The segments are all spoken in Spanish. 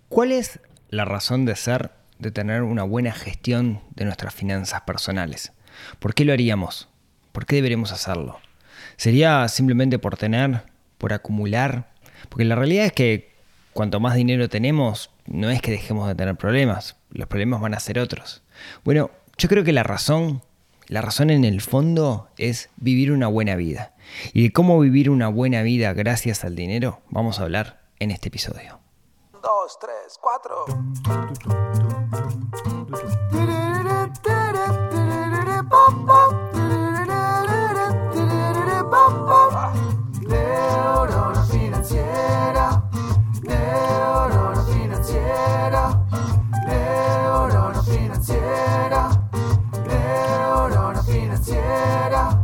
¿Cuál es la razón de ser de tener una buena gestión de nuestras finanzas personales? ¿Por qué lo haríamos? ¿Por qué deberíamos hacerlo? ¿Sería simplemente por tener, por acumular? Porque la realidad es que cuanto más dinero tenemos, no es que dejemos de tener problemas. Los problemas van a ser otros. Bueno, yo creo que la razón en el fondo es vivir una buena vida. Y de cómo vivir una buena vida gracias al dinero, vamos a hablar en este episodio. 2, 3, 4. Neurona financiera, neurona financiera, neurona financiera, neurona financiera.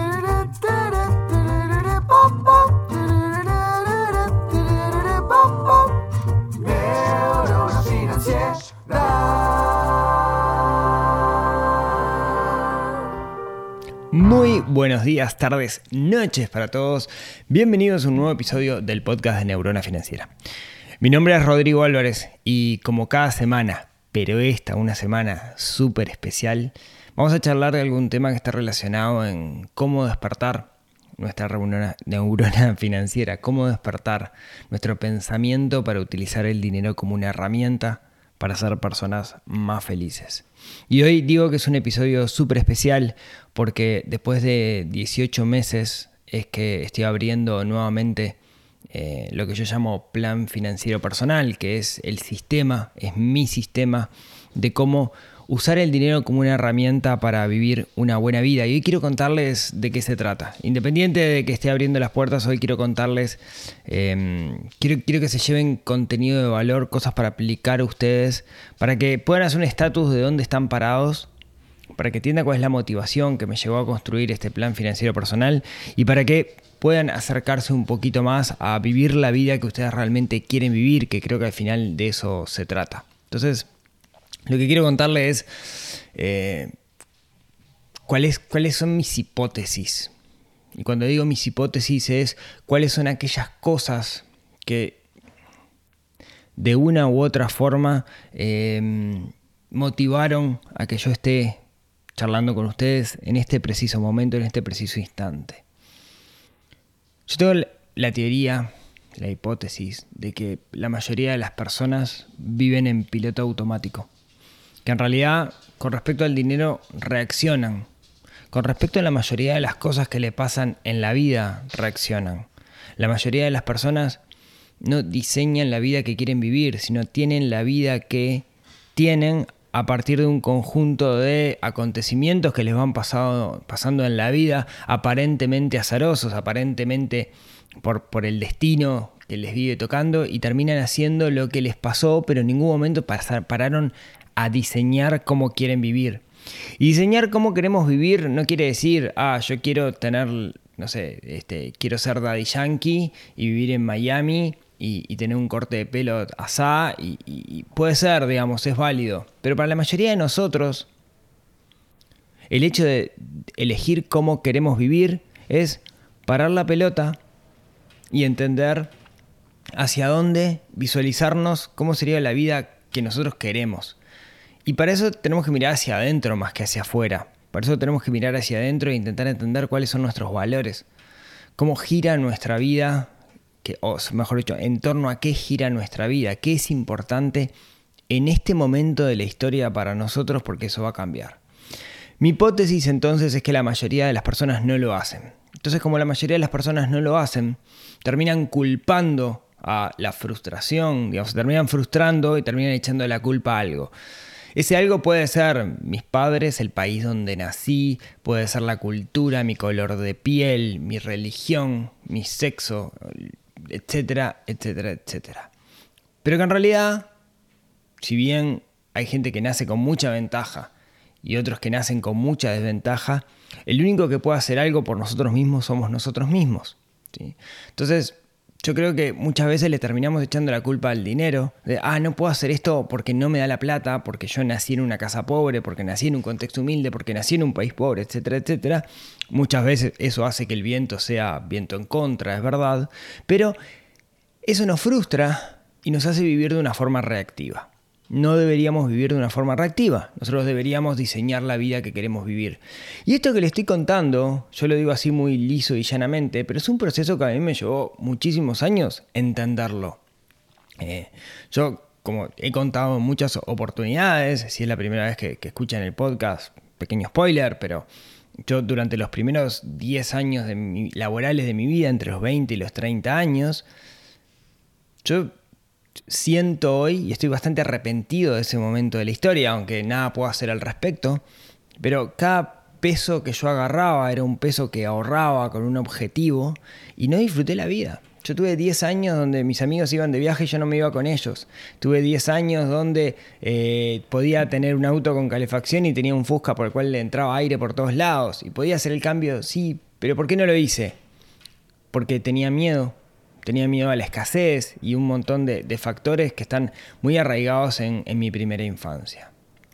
Muy buenos días, tardes, noches para todos. Bienvenidos a un nuevo episodio del podcast de Neurona Financiera. Mi nombre es Rodrigo Álvarez y como cada semana, pero una semana súper especial, vamos a charlar de algún tema que está relacionado en cómo despertar nuestra neurona financiera, cómo despertar nuestro pensamiento para utilizar el dinero como una herramienta para ser personas más felices. Y hoy digo que es un episodio súper especial porque después de 18 meses es que estoy abriendo nuevamente lo que yo llamo plan financiero personal, que es el sistema, es mi sistema de cómo usar el dinero como una herramienta para vivir una buena vida. Y hoy quiero contarles de qué se trata. Independiente de que esté abriendo las puertas, hoy quiero contarles, quiero que se lleven contenido de valor, cosas para aplicar a ustedes, para que puedan hacer un estatus de dónde están parados, para que entiendan cuál es la motivación que me llevó a construir este plan financiero personal y para que puedan acercarse un poquito más a vivir la vida que ustedes realmente quieren vivir, que creo que al final de eso se trata. Entonces, lo que quiero contarles es cuáles son mis hipótesis. Y cuando digo mis hipótesis es cuáles son aquellas cosas que de una u otra forma motivaron a que yo esté charlando con ustedes en este preciso momento, en este preciso instante. Yo tengo la teoría, la hipótesis de que la mayoría de las personas viven en piloto automático. Que en realidad, con respecto al dinero, reaccionan. Con respecto a la mayoría de las cosas que le pasan en la vida, reaccionan. La mayoría de las personas no diseñan la vida que quieren vivir, sino tienen la vida que tienen a partir de un conjunto de acontecimientos que les van pasando en la vida, aparentemente azarosos, aparentemente por el destino que les vive tocando, y terminan haciendo lo que les pasó, pero en ningún momento pararon a diseñar cómo quieren vivir. Y diseñar cómo queremos vivir no quiere decir, yo quiero tener, quiero ser Daddy Yankee y vivir en Miami y tener un corte de pelo asá, y puede ser, digamos, es válido. Pero para la mayoría de nosotros, el hecho de elegir cómo queremos vivir es parar la pelota y entender hacia dónde visualizarnos cómo sería la vida que nosotros queremos. Y para eso tenemos que mirar hacia adentro más que hacia afuera. Para eso tenemos que mirar hacia adentro e intentar entender cuáles son nuestros valores. Cómo gira nuestra vida, o mejor dicho, en torno a qué gira nuestra vida. Qué es importante en este momento de la historia para nosotros, porque eso va a cambiar. Mi hipótesis entonces es que la mayoría de las personas no lo hacen. Entonces, como la mayoría de las personas no lo hacen, terminan culpando a la frustración, digamos, se terminan frustrando y terminan echando la culpa a algo. Ese algo puede ser mis padres, el país donde nací, puede ser la cultura, mi color de piel, mi religión, mi sexo, etcétera, etcétera, etcétera. Pero que en realidad, si bien hay gente que nace con mucha ventaja y otros que nacen con mucha desventaja, el único que puede hacer algo por nosotros mismos somos nosotros mismos, ¿sí? Entonces, yo creo que muchas veces le terminamos echando la culpa al dinero. De, no puedo hacer esto porque no me da la plata, porque yo nací en una casa pobre, porque nací en un contexto humilde, porque nací en un país pobre, etcétera, etcétera. Muchas veces eso hace que el viento sea viento en contra, es verdad. Pero eso nos frustra y nos hace vivir de una forma reactiva. No deberíamos vivir de una forma reactiva. Nosotros deberíamos diseñar la vida que queremos vivir. Y esto que le estoy contando, yo lo digo así muy liso y llanamente, pero es un proceso que a mí me llevó muchísimos años entenderlo. Yo, como he contado en muchas oportunidades, si es la primera vez que escuchan el podcast, pequeño spoiler, pero yo durante los primeros 10 años laborales de mi vida, entre los 20 y los 30 años, yo siento hoy, y estoy bastante arrepentido de ese momento de la historia, aunque nada puedo hacer al respecto, pero cada peso que yo agarraba era un peso que ahorraba con un objetivo y no disfruté la vida. Yo tuve 10 años donde mis amigos iban de viaje y yo no me iba con ellos. Tuve 10 años donde podía tener un auto con calefacción y tenía un Fusca por el cual le entraba aire por todos lados. Y podía hacer el cambio, sí, pero ¿por qué no lo hice? Porque tenía miedo. Tenía miedo a la escasez y un montón de factores que están muy arraigados en mi primera infancia.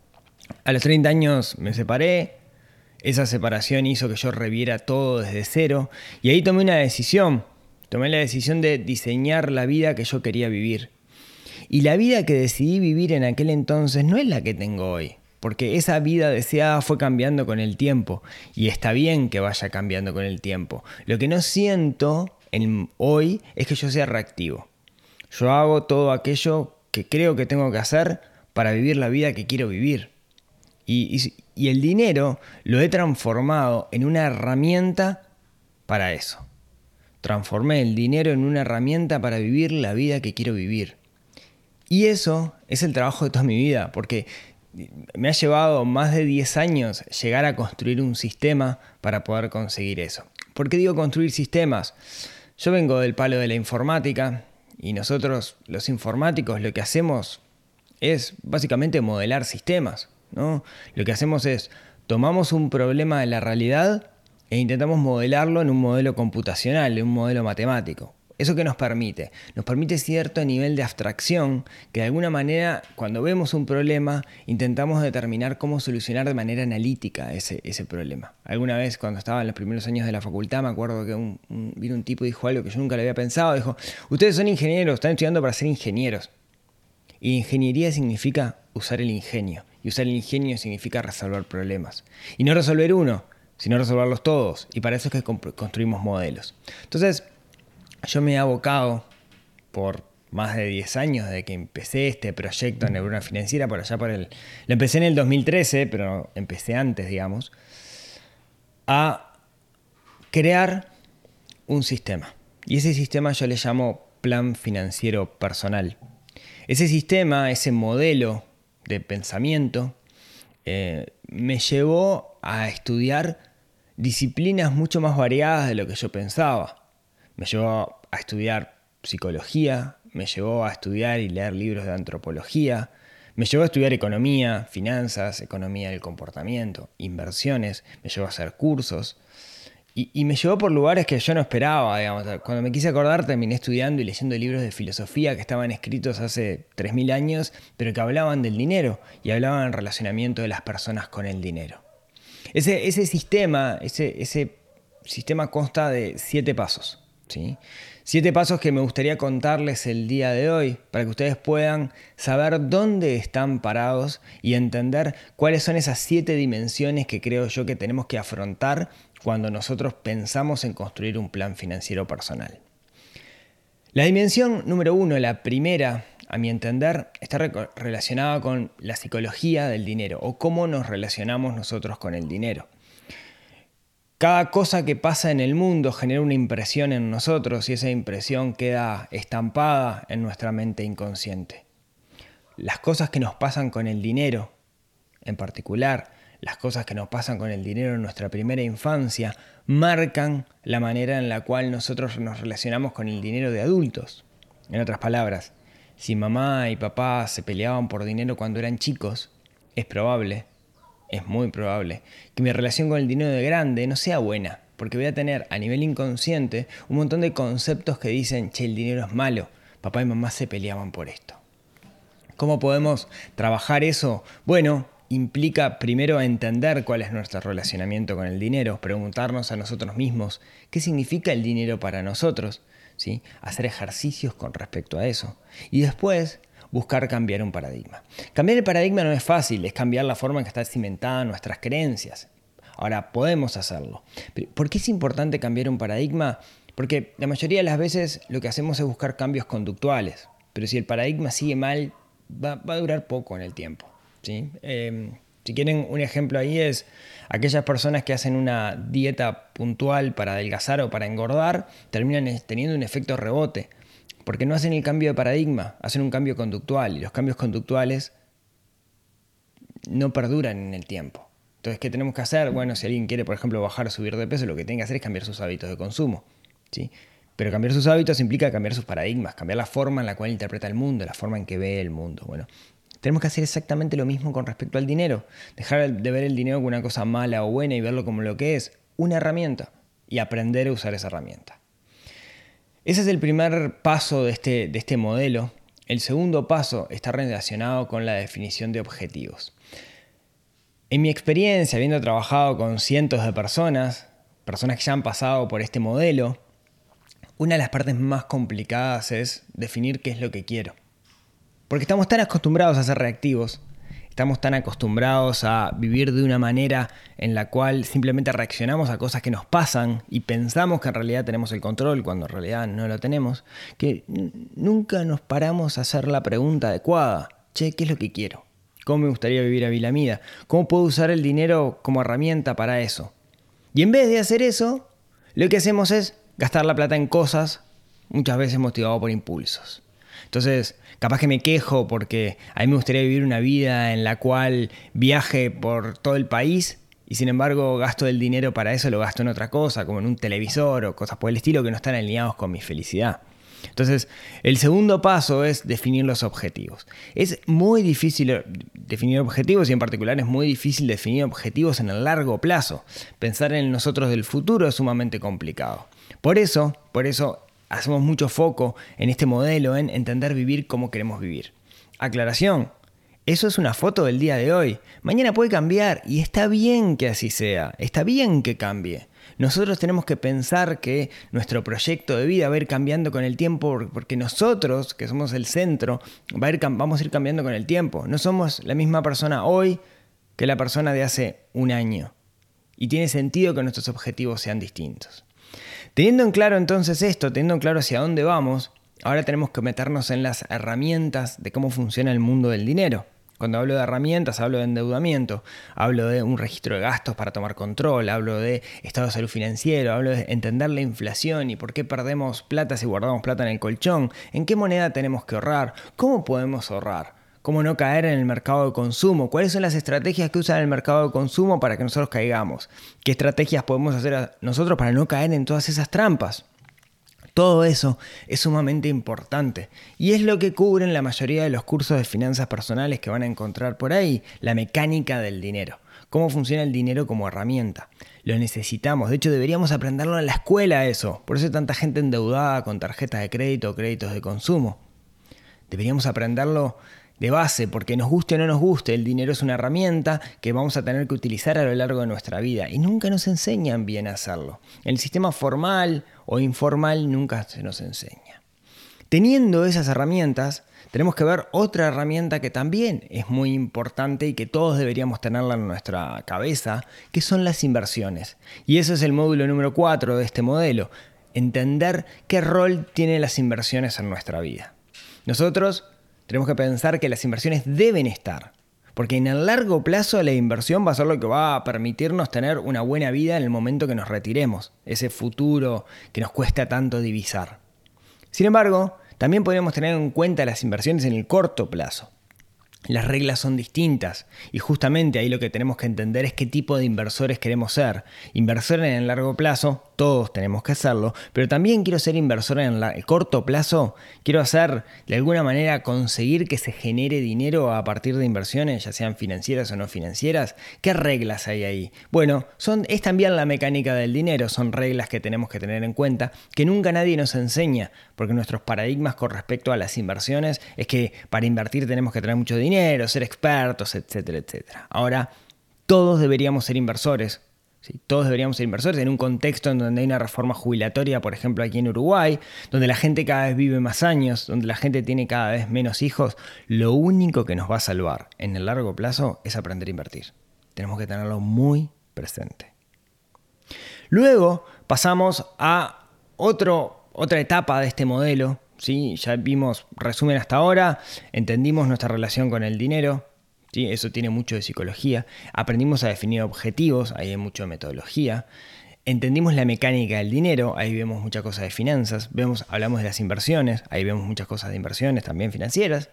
A los 30 años me separé. Esa separación hizo que yo reviera todo desde cero. Y ahí tomé una decisión. Tomé la decisión de diseñar la vida que yo quería vivir. Y la vida que decidí vivir en aquel entonces no es la que tengo hoy. Porque esa vida deseada fue cambiando con el tiempo. Y está bien que vaya cambiando con el tiempo. Lo que no siento hoy es que yo sea reactivo. Yo hago todo aquello que creo que tengo que hacer para vivir la vida que quiero vivir. Y el dinero lo he transformado en una herramienta para eso. Transformé el dinero en una herramienta para vivir la vida que quiero vivir. Y eso es el trabajo de toda mi vida, porque me ha llevado más de 10 años llegar a construir un sistema para poder conseguir eso. ¿Por qué digo construir sistemas? Yo vengo del palo de la informática y nosotros, los informáticos, lo que hacemos es básicamente modelar sistemas, ¿no? Lo que hacemos es tomamos un problema de la realidad e intentamos modelarlo en un modelo computacional, en un modelo matemático. ¿Eso qué nos permite? Nos permite cierto nivel de abstracción que de alguna manera, cuando vemos un problema, intentamos determinar cómo solucionar de manera analítica ese problema. Alguna vez, cuando estaba en los primeros años de la facultad, me acuerdo que vino un tipo y dijo algo que yo nunca lo había pensado. Dijo, ustedes son ingenieros, están estudiando para ser ingenieros. Y ingeniería significa usar el ingenio. Y usar el ingenio significa resolver problemas. Y no resolver uno, sino resolverlos todos. Y para eso es que construimos modelos. Entonces, yo me he abocado por más de 10 años desde que empecé este proyecto en Neurona Financiera, lo empecé en el 2013, pero empecé antes, digamos, a crear un sistema. Y ese sistema yo le llamo plan financiero personal. Ese sistema, ese modelo de pensamiento, me llevó a estudiar disciplinas mucho más variadas de lo que yo pensaba. Me llevó a estudiar psicología, me llevó a estudiar y leer libros de antropología, me llevó a estudiar economía, finanzas, economía del comportamiento, inversiones, me llevó a hacer cursos y me llevó por lugares que yo no esperaba, digamos. Cuando me quise acordar terminé estudiando y leyendo libros de filosofía que estaban escritos hace 3000 años, pero que hablaban del dinero y hablaban del relacionamiento de las personas con el dinero. Ese sistema consta de 7 pasos. ¿Sí? 7 pasos que me gustaría contarles el día de hoy para que ustedes puedan saber dónde están parados y entender cuáles son esas 7 dimensiones que creo yo que tenemos que afrontar cuando nosotros pensamos en construir un plan financiero personal. La dimensión número 1, la primera, a mi entender, está relacionada con la psicología del dinero o cómo nos relacionamos nosotros con el dinero. Cada cosa que pasa en el mundo genera una impresión en nosotros y esa impresión queda estampada en nuestra mente inconsciente. Las cosas que nos pasan con el dinero, en particular, las cosas que nos pasan con el dinero en nuestra primera infancia, marcan la manera en la cual nosotros nos relacionamos con el dinero de adultos. En otras palabras, si mamá y papá se peleaban por dinero cuando eran chicos, es muy probable que mi relación con el dinero de grande no sea buena, porque voy a tener a nivel inconsciente un montón de conceptos que dicen, che, el dinero es malo, papá y mamá se peleaban por esto. ¿Cómo podemos trabajar eso? Bueno, implica primero entender cuál es nuestro relacionamiento con el dinero, preguntarnos a nosotros mismos qué significa el dinero para nosotros. ¿sí? Hacer ejercicios con respecto a eso. Y después buscar cambiar un paradigma. Cambiar el paradigma no es fácil, es cambiar la forma en que está cimentada nuestras creencias. Ahora, podemos hacerlo. ¿Por qué es importante cambiar un paradigma? Porque la mayoría de las veces lo que hacemos es buscar cambios conductuales, pero si el paradigma sigue mal, va a durar poco en el tiempo, ¿sí? Si quieren, un ejemplo ahí es aquellas personas que hacen una dieta puntual para adelgazar o para engordar, terminan teniendo un efecto rebote, porque no hacen el cambio de paradigma, hacen un cambio conductual, y los cambios conductuales no perduran en el tiempo. Entonces, ¿qué tenemos que hacer? Bueno, si alguien quiere, por ejemplo, bajar o subir de peso, lo que tiene que hacer es cambiar sus hábitos de consumo, ¿sí? Pero cambiar sus hábitos implica cambiar sus paradigmas, cambiar la forma en la cual interpreta el mundo, la forma en que ve el mundo. Bueno, tenemos que hacer exactamente lo mismo con respecto al dinero. Dejar de ver el dinero como una cosa mala o buena y verlo como lo que es, una herramienta, y aprender a usar esa herramienta. Ese es el primer paso de este modelo. El segundo paso está relacionado con la definición de objetivos. En mi experiencia, habiendo trabajado con cientos de personas que ya han pasado por este modelo, una de las partes más complicadas es definir qué es lo que quiero. Porque estamos tan acostumbrados a ser reactivos, estamos tan acostumbrados a vivir de una manera en la cual simplemente reaccionamos a cosas que nos pasan y pensamos que en realidad tenemos el control cuando en realidad no lo tenemos, que nunca nos paramos a hacer la pregunta adecuada. Che, ¿qué es lo que quiero? ¿Cómo me gustaría vivir a mi vida? ¿Cómo puedo usar el dinero como herramienta para eso? Y en vez de hacer eso, lo que hacemos es gastar la plata en cosas muchas veces motivado por impulsos. Entonces, capaz que me quejo porque a mí me gustaría vivir una vida en la cual viaje por todo el país y sin embargo gasto el dinero para eso, lo gasto en otra cosa, como en un televisor o cosas por el estilo que no están alineados con mi felicidad. Entonces, el segundo paso es definir los objetivos. Es muy difícil definir objetivos y en particular es muy difícil definir objetivos en el largo plazo. Pensar en nosotros del futuro es sumamente complicado. Por eso hacemos mucho foco en este modelo, en entender vivir como queremos vivir. Aclaración, eso es una foto del día de hoy. Mañana puede cambiar y está bien que así sea, está bien que cambie. Nosotros tenemos que pensar que nuestro proyecto de vida va a ir cambiando con el tiempo porque nosotros, que somos el centro, vamos a ir cambiando con el tiempo. No somos la misma persona hoy que la persona de hace un año. Y tiene sentido que nuestros objetivos sean distintos. Teniendo en claro entonces esto, teniendo en claro hacia dónde vamos, ahora tenemos que meternos en las herramientas de cómo funciona el mundo del dinero. Cuando hablo de herramientas, hablo de endeudamiento, hablo de un registro de gastos para tomar control, hablo de estado de salud financiero, hablo de entender la inflación y por qué perdemos plata si guardamos plata en el colchón, en qué moneda tenemos que ahorrar, cómo podemos ahorrar, cómo no caer en el mercado de consumo, cuáles son las estrategias que usan el mercado de consumo para que nosotros caigamos, qué estrategias podemos hacer nosotros para no caer en todas esas trampas. Todo eso es sumamente importante y es lo que cubren la mayoría de los cursos de finanzas personales que van a encontrar por ahí, la mecánica del dinero, cómo funciona el dinero como herramienta. Lo necesitamos, de hecho deberíamos aprenderlo en la escuela eso, por eso hay tanta gente endeudada con tarjetas de crédito o créditos de consumo. Deberíamos aprenderlo de base, porque nos guste o no nos guste, el dinero es una herramienta que vamos a tener que utilizar a lo largo de nuestra vida y nunca nos enseñan bien a hacerlo. En el sistema formal o informal nunca se nos enseña. Teniendo esas herramientas, tenemos que ver otra herramienta que también es muy importante y que todos deberíamos tenerla en nuestra cabeza, que son las inversiones. Y eso es el módulo número 4 de este modelo, entender qué rol tienen las inversiones en nuestra vida. Nosotros tenemos que pensar que las inversiones deben estar, porque en el largo plazo la inversión va a ser lo que va a permitirnos tener una buena vida en el momento que nos retiremos, ese futuro que nos cuesta tanto divisar. Sin embargo, también podríamos tener en cuenta las inversiones en el corto plazo. Las reglas son distintas y justamente ahí lo que tenemos que entender es qué tipo de inversores queremos ser. Inversor en el largo plazo, todos tenemos que hacerlo, pero también quiero ser inversor en el corto plazo. Quiero hacer, de alguna manera, conseguir que se genere dinero a partir de inversiones, ya sean financieras o no financieras. ¿Qué reglas hay ahí? Bueno, es también la mecánica del dinero, son reglas que tenemos que tener en cuenta, que nunca nadie nos enseña, porque nuestros paradigmas con respecto a las inversiones es que para invertir tenemos que tener mucho dinero, ser expertos, etcétera, etcétera. Ahora, todos deberíamos ser inversores, ¿sí? Todos deberíamos ser inversores en un contexto en donde hay una reforma jubilatoria, por ejemplo, aquí en Uruguay, donde la gente cada vez vive más años, donde la gente tiene cada vez menos hijos. Lo único que nos va a salvar en el largo plazo es aprender a invertir. Tenemos que tenerlo muy presente. Luego pasamos a otra etapa de este modelo, ¿sí? Ya vimos resumen hasta ahora, entendimos nuestra relación con el dinero. ¿Sí? Eso tiene mucho de psicología. Aprendimos a definir objetivos, ahí hay mucho de metodología. Entendimos la mecánica del dinero, ahí vemos muchas cosas de finanzas. Hablamos de las inversiones, ahí vemos muchas cosas de inversiones también financieras.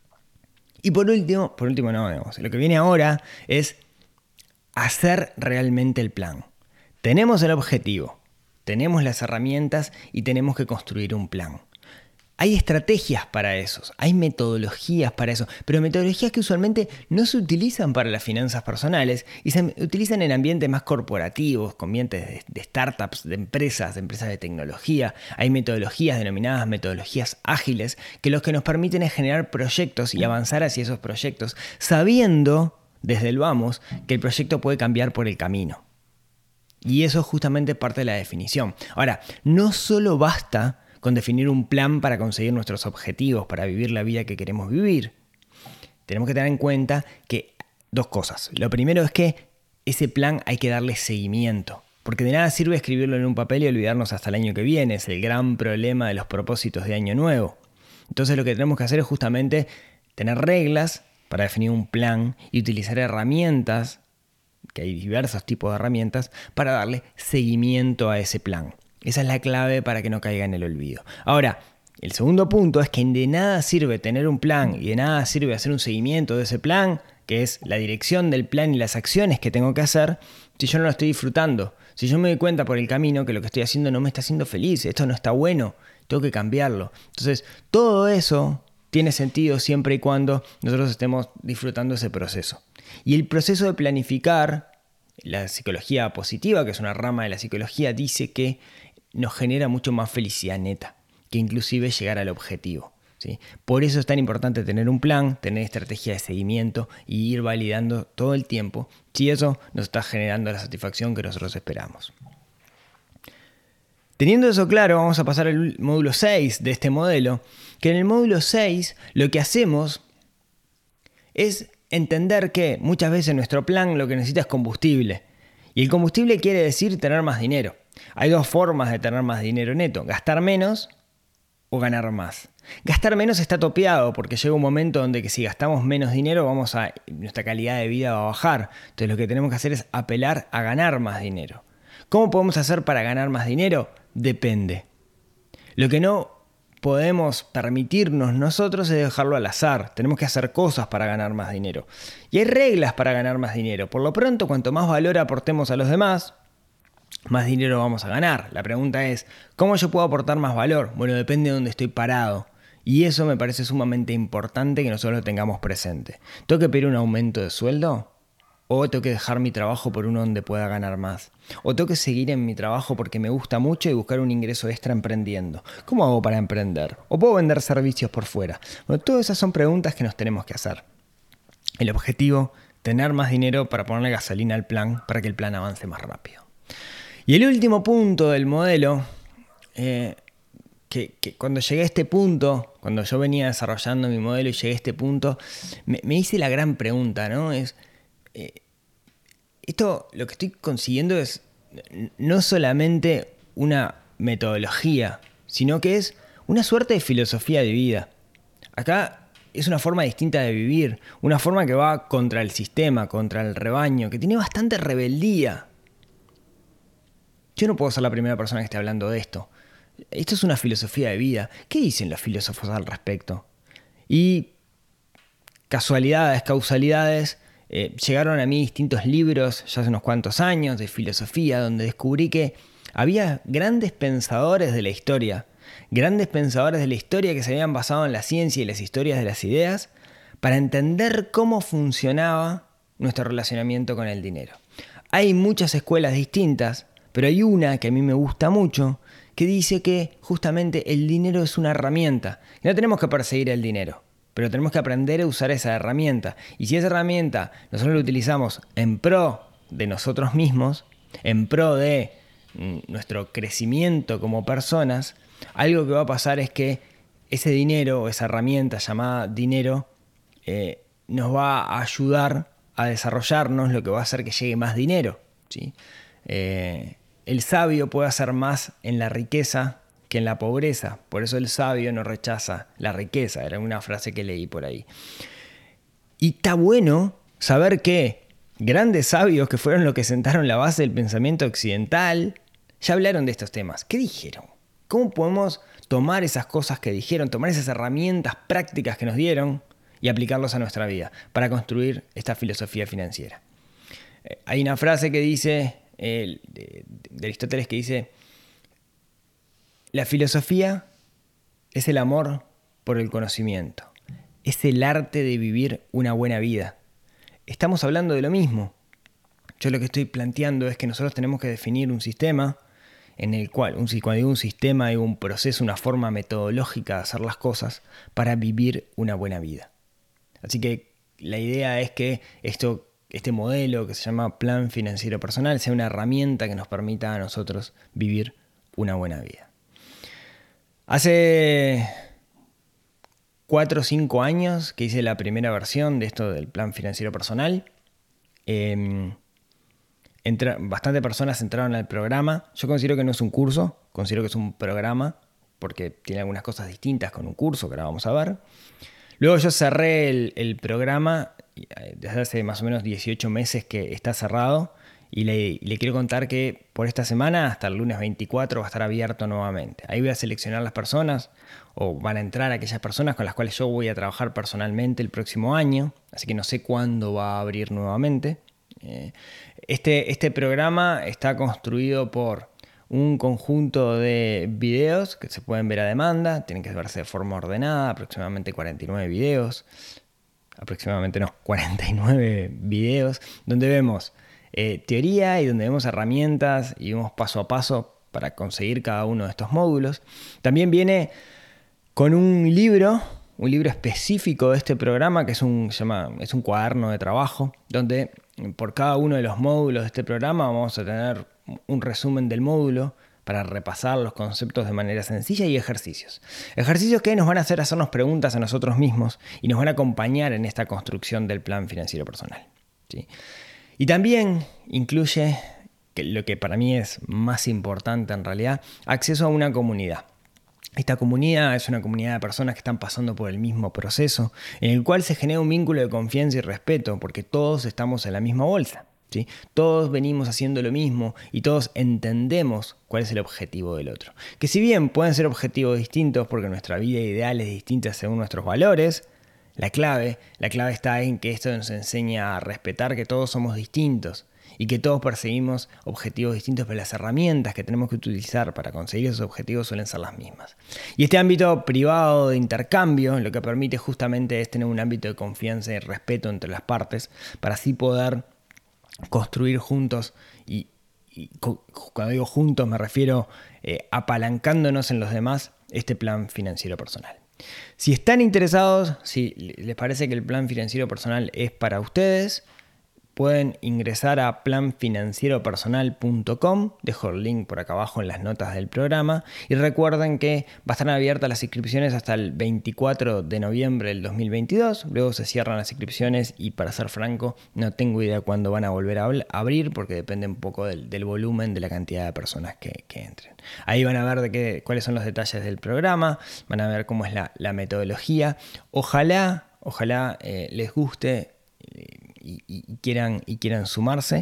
Y por último lo que viene ahora es hacer realmente el plan. Tenemos el objetivo, tenemos las herramientas y tenemos que construir un plan. Hay estrategias para eso, hay metodologías para eso, pero metodologías que usualmente no se utilizan para las finanzas personales y se utilizan en ambientes más corporativos, con ambientes de startups, de empresas de tecnología. Hay metodologías denominadas metodologías ágiles que lo que nos permiten es generar proyectos y avanzar hacia esos proyectos, sabiendo desde el vamos que el proyecto puede cambiar por el camino. Y eso es justamente parte de la definición. Ahora, no solo basta con definir un plan para conseguir nuestros objetivos, para vivir la vida que queremos vivir. Tenemos que tener en cuenta que dos cosas. Lo primero es que ese plan hay que darle seguimiento, porque de nada sirve escribirlo en un papel y olvidarnos hasta el año que viene. Es el gran problema de los propósitos de año nuevo. Entonces lo que tenemos que hacer es justamente tener reglas para definir un plan y utilizar herramientas, que hay diversos tipos de herramientas, para darle seguimiento a ese plan. Esa es la clave para que no caiga en el olvido. Ahora, el segundo punto es que de nada sirve tener un plan y de nada sirve hacer un seguimiento de ese plan, que es la dirección del plan y las acciones que tengo que hacer, si yo no lo estoy disfrutando. Si yo me doy cuenta por el camino que lo que estoy haciendo no me está haciendo feliz, esto no está bueno, tengo que cambiarlo. Entonces, todo eso tiene sentido siempre y cuando nosotros estemos disfrutando ese proceso. Y el proceso de planificar, la psicología positiva, que es una rama de la psicología, dice que nos genera mucho más felicidad neta, que inclusive llegar al objetivo, ¿sí? Por eso es tan importante tener un plan, tener estrategia de seguimiento y ir validando todo el tiempo si eso nos está generando la satisfacción que nosotros esperamos. Teniendo eso claro, vamos a pasar al módulo 6 de este modelo, que en el módulo 6 lo que hacemos es entender que muchas veces nuestro plan lo que necesita es combustible. Y el combustible quiere decir tener más dinero. Hay dos formas de tener más dinero neto: gastar menos o ganar más. Gastar menos está topeado porque llega un momento donde que si gastamos menos dinero nuestra calidad de vida va a bajar. Entonces lo que tenemos que hacer es apelar a ganar más dinero. ¿Cómo podemos hacer para ganar más dinero? Depende. Lo que no podemos permitirnos nosotros es dejarlo al azar. Tenemos que hacer cosas para ganar más dinero. Y hay reglas para ganar más dinero. Por lo pronto, cuanto más valor aportemos a los demás, más dinero vamos a ganar. La pregunta es, ¿cómo yo puedo aportar más valor? Bueno, depende de dónde estoy parado. Y eso me parece sumamente importante que nosotros lo tengamos presente. ¿Tengo que pedir un aumento de sueldo? ¿O tengo que dejar mi trabajo por uno donde pueda ganar más? ¿O tengo que seguir en mi trabajo porque me gusta mucho y buscar un ingreso extra emprendiendo? ¿Cómo hago para emprender? ¿O puedo vender servicios por fuera? Bueno, todas esas son preguntas que nos tenemos que hacer. El objetivo, tener más dinero para ponerle gasolina al plan, para que el plan avance más rápido. Y el último punto del modelo, que cuando llegué a este punto, cuando yo venía desarrollando mi modelo y llegué a este punto, me hice la gran pregunta, ¿no? Esto lo que estoy consiguiendo es no solamente una metodología, sino que es una suerte de filosofía de vida. Acá es una forma distinta de vivir, una forma que va contra el sistema, contra el rebaño, que tiene bastante rebeldía. Yo no puedo ser la primera persona que esté hablando de esto. Esto es una filosofía de vida. ¿Qué dicen los filósofos al respecto? Y casualidades, causalidades, llegaron a mí distintos libros ya hace unos cuantos años de filosofía, donde descubrí que había grandes pensadores de la historia que se habían basado en la ciencia y las historias de las ideas para entender cómo funcionaba nuestro relacionamiento con el dinero. Hay muchas escuelas distintas, pero hay una que a mí me gusta mucho, que dice que justamente el dinero es una herramienta. No tenemos que perseguir el dinero, pero tenemos que aprender a usar esa herramienta. Y si esa herramienta nosotros la utilizamos en pro de nosotros mismos, en pro de nuestro crecimiento como personas, algo que va a pasar es que ese dinero, o esa herramienta llamada dinero, nos va a ayudar a desarrollarnos, lo que va a hacer que llegue más dinero, ¿sí? El sabio puede hacer más en la riqueza que en la pobreza. Por eso el sabio no rechaza la riqueza. Era una frase que leí por ahí. Y está bueno saber que grandes sabios, que fueron los que sentaron la base del pensamiento occidental, ya hablaron de estos temas. ¿Qué dijeron? ¿Cómo podemos tomar esas cosas que dijeron, tomar esas herramientas prácticas que nos dieron y aplicarlos a nuestra vida para construir esta filosofía financiera? Hay una frase que dice, de Aristóteles, que dice: la filosofía es el amor por el conocimiento, es el arte de vivir una buena vida. Estamos hablando de lo mismo. Yo lo que estoy planteando es que nosotros tenemos que definir un sistema en el cual, cuando digo un sistema, digo un proceso, una forma metodológica de hacer las cosas para vivir una buena vida. Así que la idea es que este modelo que se llama Plan Financiero Personal sea una herramienta que nos permita a nosotros vivir una buena vida. Hace 4 o 5 años que hice la primera versión de esto del Plan Financiero Personal. Bastante personas entraron al programa. Yo considero que no es un curso, considero que es un programa, porque tiene algunas cosas distintas con un curso que ahora vamos a ver. Luego yo cerré el programa desde hace más o menos 18 meses que está cerrado, y le quiero contar que por esta semana, hasta el lunes 24, va a estar abierto nuevamente. Ahí voy a seleccionar las personas, o van a entrar aquellas personas con las cuales yo voy a trabajar personalmente el próximo año, así que no sé cuándo va a abrir nuevamente. Este programa está construido por un conjunto de videos que se pueden ver a demanda, tienen que verse de forma ordenada, aproximadamente 49 videos, 49 videos, donde vemos teoría y donde vemos herramientas y vemos paso a paso para conseguir cada uno de estos módulos. También viene con un libro específico de este programa, que es un cuaderno de trabajo, donde por cada uno de los módulos de este programa vamos a tener un resumen del módulo para repasar los conceptos de manera sencilla, y ejercicios. Ejercicios que nos van a hacer hacernos preguntas a nosotros mismos y nos van a acompañar en esta construcción del plan financiero personal, ¿sí? Y también incluye, lo que para mí es más importante en realidad, acceso a una comunidad. Esta comunidad es una comunidad de personas que están pasando por el mismo proceso, en el cual se genera un vínculo de confianza y respeto, porque todos estamos en la misma bolsa, ¿sí? Todos venimos haciendo lo mismo y todos entendemos cuál es el objetivo del otro. Que si bien pueden ser objetivos distintos porque nuestra vida ideal es distinta según nuestros valores, la clave está en que esto nos enseña a respetar que todos somos distintos y que todos perseguimos objetivos distintos, pero las herramientas que tenemos que utilizar para conseguir esos objetivos suelen ser las mismas. Y este ámbito privado de intercambio lo que permite justamente es tener un ámbito de confianza y respeto entre las partes, para así poder construir juntos, y cuando digo juntos me refiero apalancándonos en los demás, este plan financiero personal. Si están interesados, si les parece que el plan financiero personal es para ustedes, pueden ingresar a planfinancieropersonal.com, dejo el link por acá abajo en las notas del programa, y recuerden que va a estar abiertas las inscripciones hasta el 24 de noviembre del 2022, luego se cierran las inscripciones y, para ser franco, no tengo idea cuándo van a volver a abrir, porque depende un poco del volumen, de la cantidad de personas que entren. Ahí van a ver cuáles son los detalles del programa, van a ver cómo es la metodología. Ojalá les guste y quieran sumarse.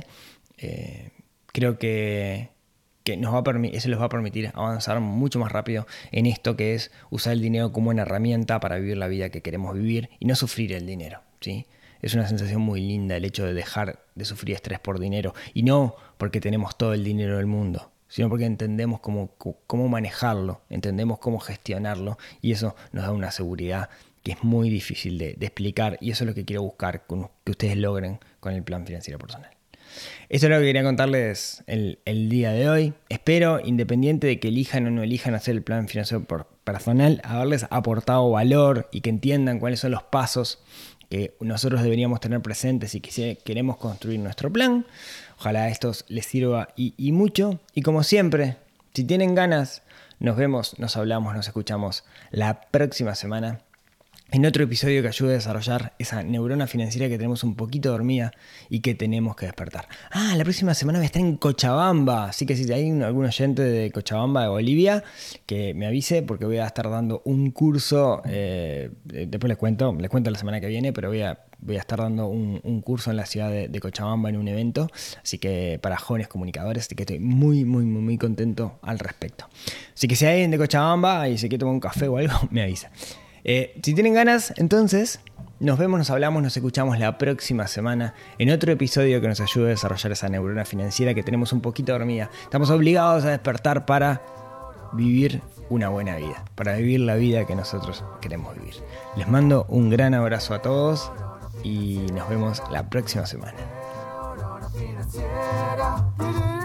Creo que eso les va a permitir avanzar mucho más rápido en esto que es usar el dinero como una herramienta para vivir la vida que queremos vivir y no sufrir el dinero, ¿sí? Es una sensación muy linda el hecho de dejar de sufrir estrés por dinero, y no porque tenemos todo el dinero del mundo, sino porque entendemos cómo manejarlo, entendemos cómo gestionarlo, y eso nos da una seguridad que es muy difícil de explicar, y eso es lo que quiero buscar que ustedes logren con el plan financiero personal. Esto es lo que quería contarles el día de hoy. Espero, independiente de que elijan o no elijan hacer el plan financiero personal, haberles aportado valor y que entiendan cuáles son los pasos que nosotros deberíamos tener presentes y que queremos construir nuestro plan. Ojalá a estos les sirva y mucho. Y como siempre, si tienen ganas, nos vemos, nos hablamos, nos escuchamos la próxima semana en otro episodio que ayude a desarrollar esa neurona financiera que tenemos un poquito dormida y que tenemos que despertar. La próxima semana voy a estar en Cochabamba, así que si hay algún oyente de Cochabamba, de Bolivia, que me avise porque voy a estar dando un curso, después les cuento la semana que viene, pero voy a estar dando un curso en la ciudad de Cochabamba en un evento, así que para jóvenes comunicadores, así que estoy muy, muy, muy, muy contento al respecto. Así que si hay alguien de Cochabamba y se quiere tomar un café o algo, me avisa. Si tienen ganas, entonces nos vemos, nos hablamos, nos escuchamos la próxima semana en otro episodio que nos ayude a desarrollar esa neurona financiera que tenemos un poquito dormida. Estamos obligados a despertar para vivir una buena vida, para vivir la vida que nosotros queremos vivir. Les mando un gran abrazo a todos y nos vemos la próxima semana.